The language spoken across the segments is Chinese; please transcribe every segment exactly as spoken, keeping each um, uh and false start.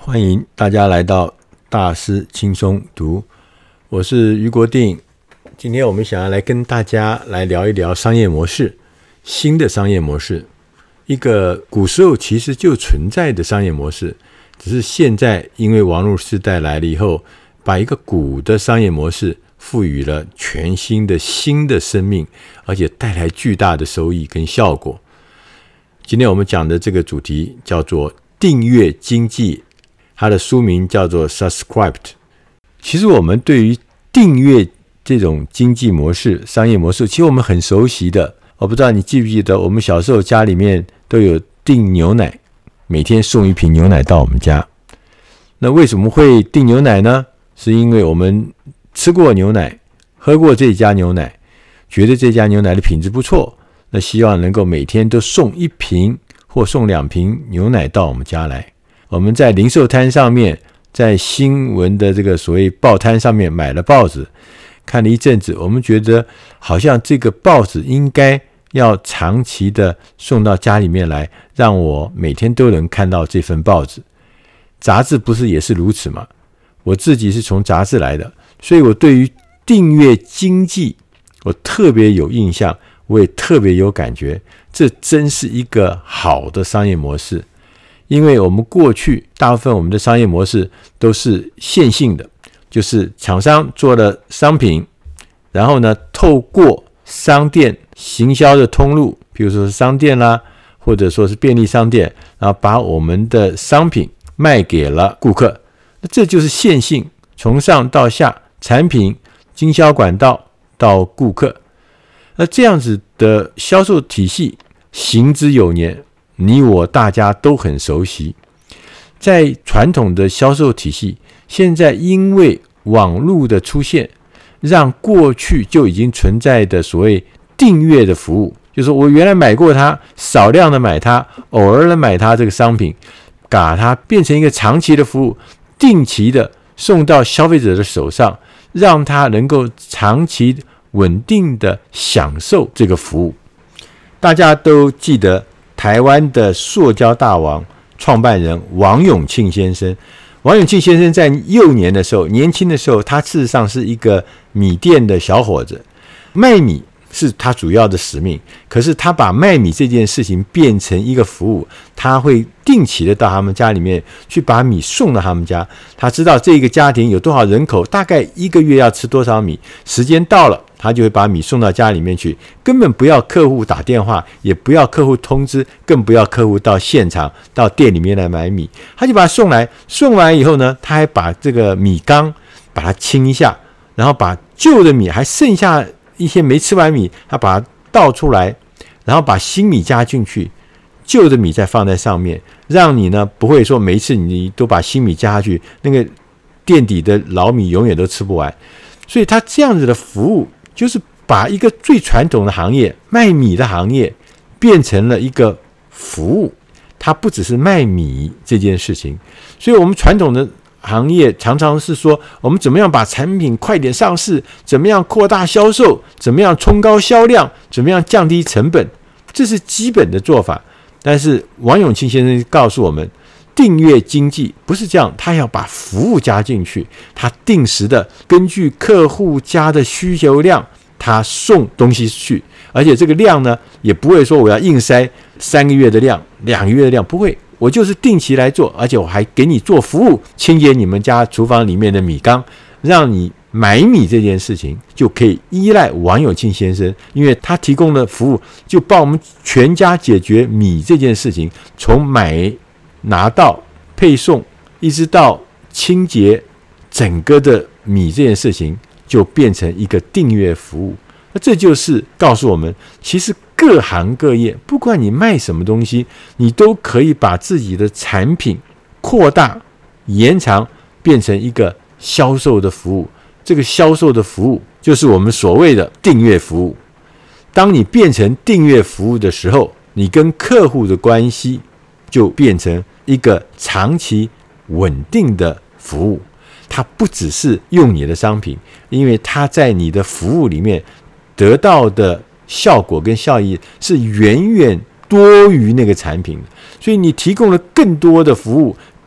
欢迎大家来到大师轻松读，我是余国定。今天我们想要来跟大家来聊一聊商业模式，新的商业模式，一个古时候其实就存在的商业模式，只是现在因为网络时代来了以后，把一个古的商业模式赋予了全新的新的生命，而且带来巨大的收益跟效果。今天我们讲的这个主题叫做订阅经济，它的书名叫做 Subscribed。 其实我们对于订阅这种经济模式商业模式，其实我们很熟悉的。我不知道你记不记得，我们小时候家里面都有订牛奶，每天送一瓶牛奶到我们家。那为什么会订牛奶呢？是因为我们吃过牛奶，喝过这家牛奶，觉得这家牛奶的品质不错，那希望能够每天都送一瓶或送两瓶牛奶到我们家来。我们在零售摊上面，在新闻的这个所谓报摊上面买了报纸，看了一阵子，我们觉得好像这个报纸应该要长期的送到家里面来，让我每天都能看到这份报纸。杂志不是也是如此吗？我自己是从杂志来的，所以我对于订阅经济我特别有印象，我也特别有感觉，这真是一个好的商业模式。因为我们过去大部分我们的商业模式都是线性的，就是厂商做了商品，然后呢透过商店行销的通路，比如说是商店啦，或者说是便利商店，然后把我们的商品卖给了顾客。那这就是线性，从上到下，产品经销管道到顾客。那这样子的销售体系行之有年，你我大家都很熟悉。在传统的销售体系，现在因为网络的出现，让过去就已经存在的所谓订阅的服务，就是我原来买过它，少量的买它，偶尔的买它这个商品，把它变成一个长期的服务，定期的送到消费者的手上，让他能够长期稳定的享受这个服务。大家都记得台湾的塑胶大王创办人王永庆先生。王永庆先生在幼年的时候，年轻的时候，他事实上是一个米店的小伙子，卖米是他主要的使命。可是他把卖米这件事情变成一个服务，他会定期的到他们家里面去把米送到他们家。他知道这个家庭有多少人口，大概一个月要吃多少米，时间到了他就会把米送到家里面去，根本不要客户打电话，也不要客户通知，更不要客户到现场到店里面来买米，他就把它送来。送完以后呢，他还把这个米缸把它清一下，然后把旧的米还剩下一些没吃完米，他把它倒出来，然后把新米加进去，旧的米再放在上面，让你呢不会说每一次你都把新米加下去，那个店底的老米永远都吃不完。所以他这样子的服务，就是把一个最传统的行业卖米的行业变成了一个服务。它不只是卖米这件事情，所以我们传统的行业常常是说，我们怎么样把产品快点上市，怎么样扩大销售，怎么样冲高销量，怎么样降低成本，这是基本的做法。但是王永庆先生告诉我们，订阅经济不是这样，他要把服务加进去，他定时的根据客户家的需求量，他送东西去，而且这个量呢，也不会说我要硬塞三个月的量，两个月的量，不会，我就是定期来做，而且我还给你做服务，清洁你们家厨房里面的米缸，让你买米这件事情就可以依赖王永庆先生，因为他提供的服务就帮我们全家解决米这件事情，从买拿到配送一直到清洁，整个的米这件事情就变成一个订阅服务。那这就是告诉我们，其实各行各业，不管你卖什么东西，你都可以把自己的产品扩大延长，变成一个销售的服务。这个销售的服务就是我们所谓的订阅服务。当你变成订阅服务的时候，你跟客户的关系就变成一个长期稳定的服务。它不只是用你的商品，因为它在你的服务里面得到的效果跟效益是远远多于那个产品的，所以你提供了更多的服务，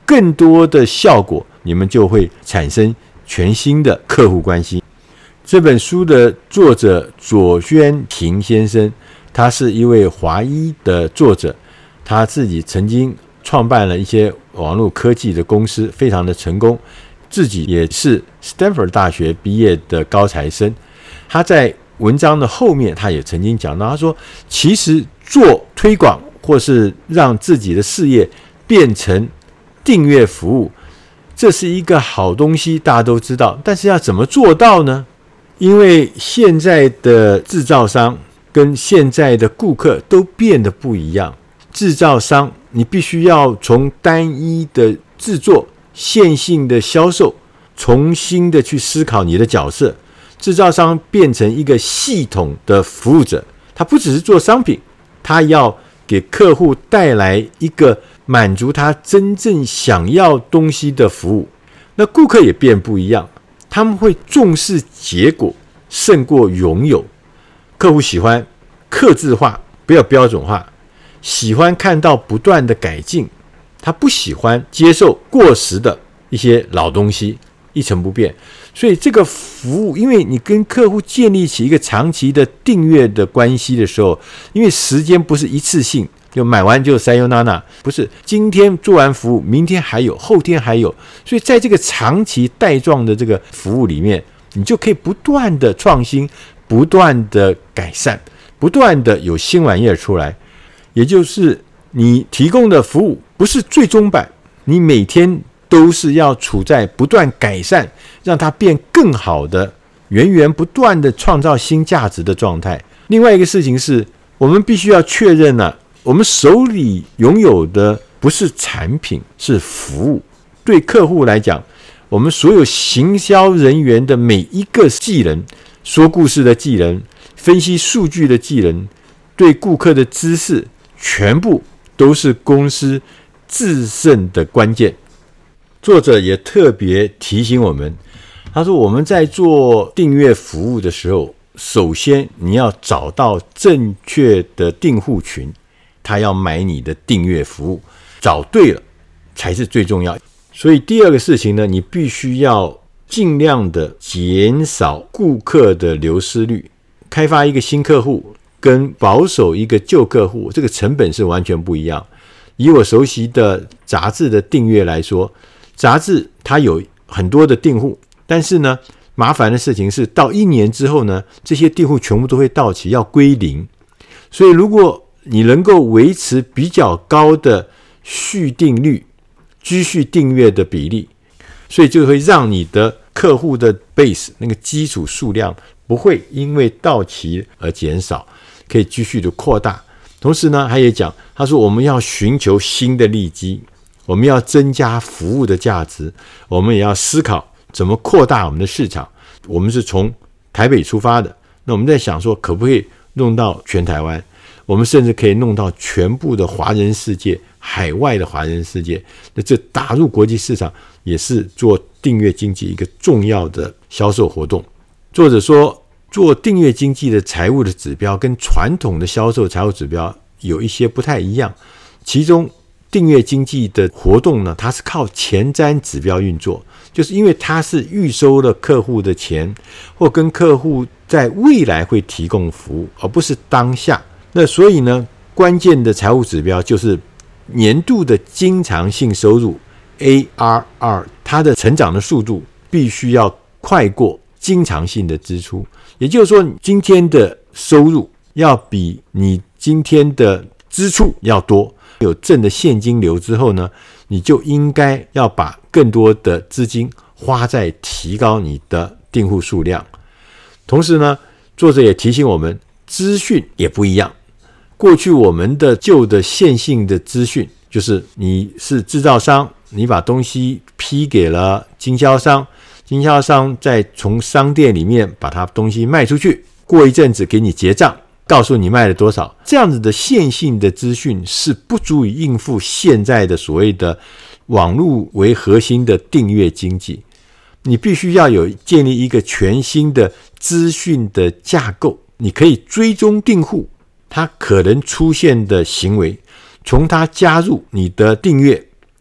更多的效果，你们就会产生全新的客户关系。这本书的作者左轩庭先生，他是一位华裔的作者，他自己曾经创办了一些网络科技的公司，非常的成功，自己也是 Stanford 大学毕业的高材生。他在文章的后面，他也曾经讲到，他说其实做推广或是让自己的事业变成订阅服务，这是一个好东西，大家都知道，但是要怎么做到呢？因为现在的制造商跟现在的顾客都变得不一样。制造商你必须要从单一的制作、线性的销售，重新的去思考你的角色。制造商变成一个系统的服务者，他不只是做商品，他要给客户带来一个满足他真正想要东西的服务。那顾客也变不一样，他们会重视结果胜过拥有。客户喜欢客制化，不要标准化，喜欢看到不断的改进，他不喜欢接受过时的一些老东西一成不变。所以这个服务，因为你跟客户建立起一个长期的订阅的关系的时候，因为时间不是一次性，就买完就 sayonara， 不是今天做完服务，明天还有，后天还有，所以在这个长期带状的这个服务里面，你就可以不断的创新，不断的改善，不断的有新玩意儿出来。也就是你提供的服务不是最终版，你每天都是要处在不断改善，让它变更好的，源源不断的创造新价值的状态。另外一个事情是，我们必须要确认啊，我们手里拥有的不是产品，是服务。对客户来讲，我们所有行销人员的每一个技能，说故事的技能，分析数据的技能，对顾客的知识，全部都是公司制胜的关键。作者也特别提醒我们，他说我们在做订阅服务的时候，首先你要找到正确的订户群，他要买你的订阅服务，找对了才是最重要。所以第二个事情呢，你必须要尽量的减少顾客的流失率。开发一个新客户跟保守一个旧客户，这个成本是完全不一样。以我熟悉的杂志的订阅来说，杂志它有很多的订户，但是呢，麻烦的事情是到一年之后呢，这些订户全部都会到期，要归零。所以如果你能够维持比较高的续订率、继续订阅的比例，所以就会让你的客户的 base 那个基础数量不会因为到期而减少，可以继续的扩大。同时呢，他也讲，他说我们要寻求新的利基，我们要增加服务的价值，我们也要思考怎么扩大我们的市场。我们是从台北出发的，那我们在想说可不可以弄到全台湾，我们甚至可以弄到全部的华人世界，海外的华人世界。那这打入国际市场也是做订阅经济一个重要的销售活动。作者说，做订阅经济的财务的指标跟传统的销售财务指标有一些不太一样，其中订阅经济的活动呢，它是靠前瞻指标运作，就是因为它是预收了客户的钱，或跟客户在未来会提供服务，而不是当下。那所以呢，关键的财务指标就是年度的经常性收入 A R R， 它的成长的速度必须要快过经常性的支出。也就是说，今天的收入要比你今天的支出要多。有正的现金流之后呢，你就应该要把更多的资金花在提高你的订户数量。同时呢，作者也提醒我们，资讯也不一样。过去我们的旧的线性的资讯，就是你是制造商，你把东西批给了经销商，经销商再从商店里面把它东西卖出去，过一阵子给你结账，告诉你卖了多少。这样子的线性的资讯是不足以应付现在的所谓的网络为核心的订阅经济。你必须要有建立一个全新的资讯的架构，你可以追踪订户他可能出现的行为，从他加入你的订阅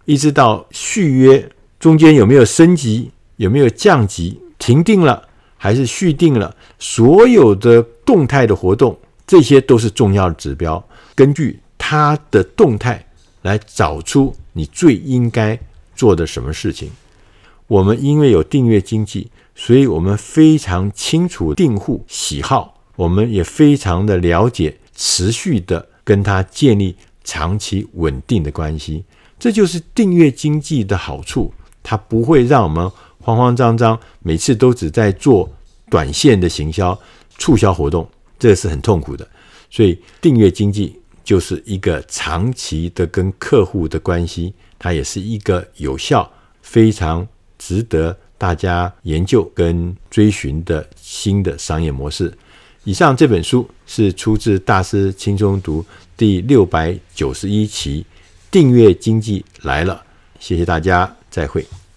一直到续约，中间有没有升级，有没有降级，停订了还是续订了，所有的动态的活动，这些都是重要的指标。根据它的动态来找出你最应该做的什么事情。我们因为有订阅经济，所以我们非常清楚订户喜好，我们也非常的了解，持续的跟他建立长期稳定的关系。这就是订阅经济的好处，它不会让我们慌慌张张，每次都只在做短线的行销促销活动，这是很痛苦的。所以订阅经济就是一个长期的跟客户的关系，它也是一个有效、非常值得大家研究跟追寻的新的商业模式。以上这本书是出自大师轻松读第六百九十一期，订阅经济来了。谢谢大家，再会。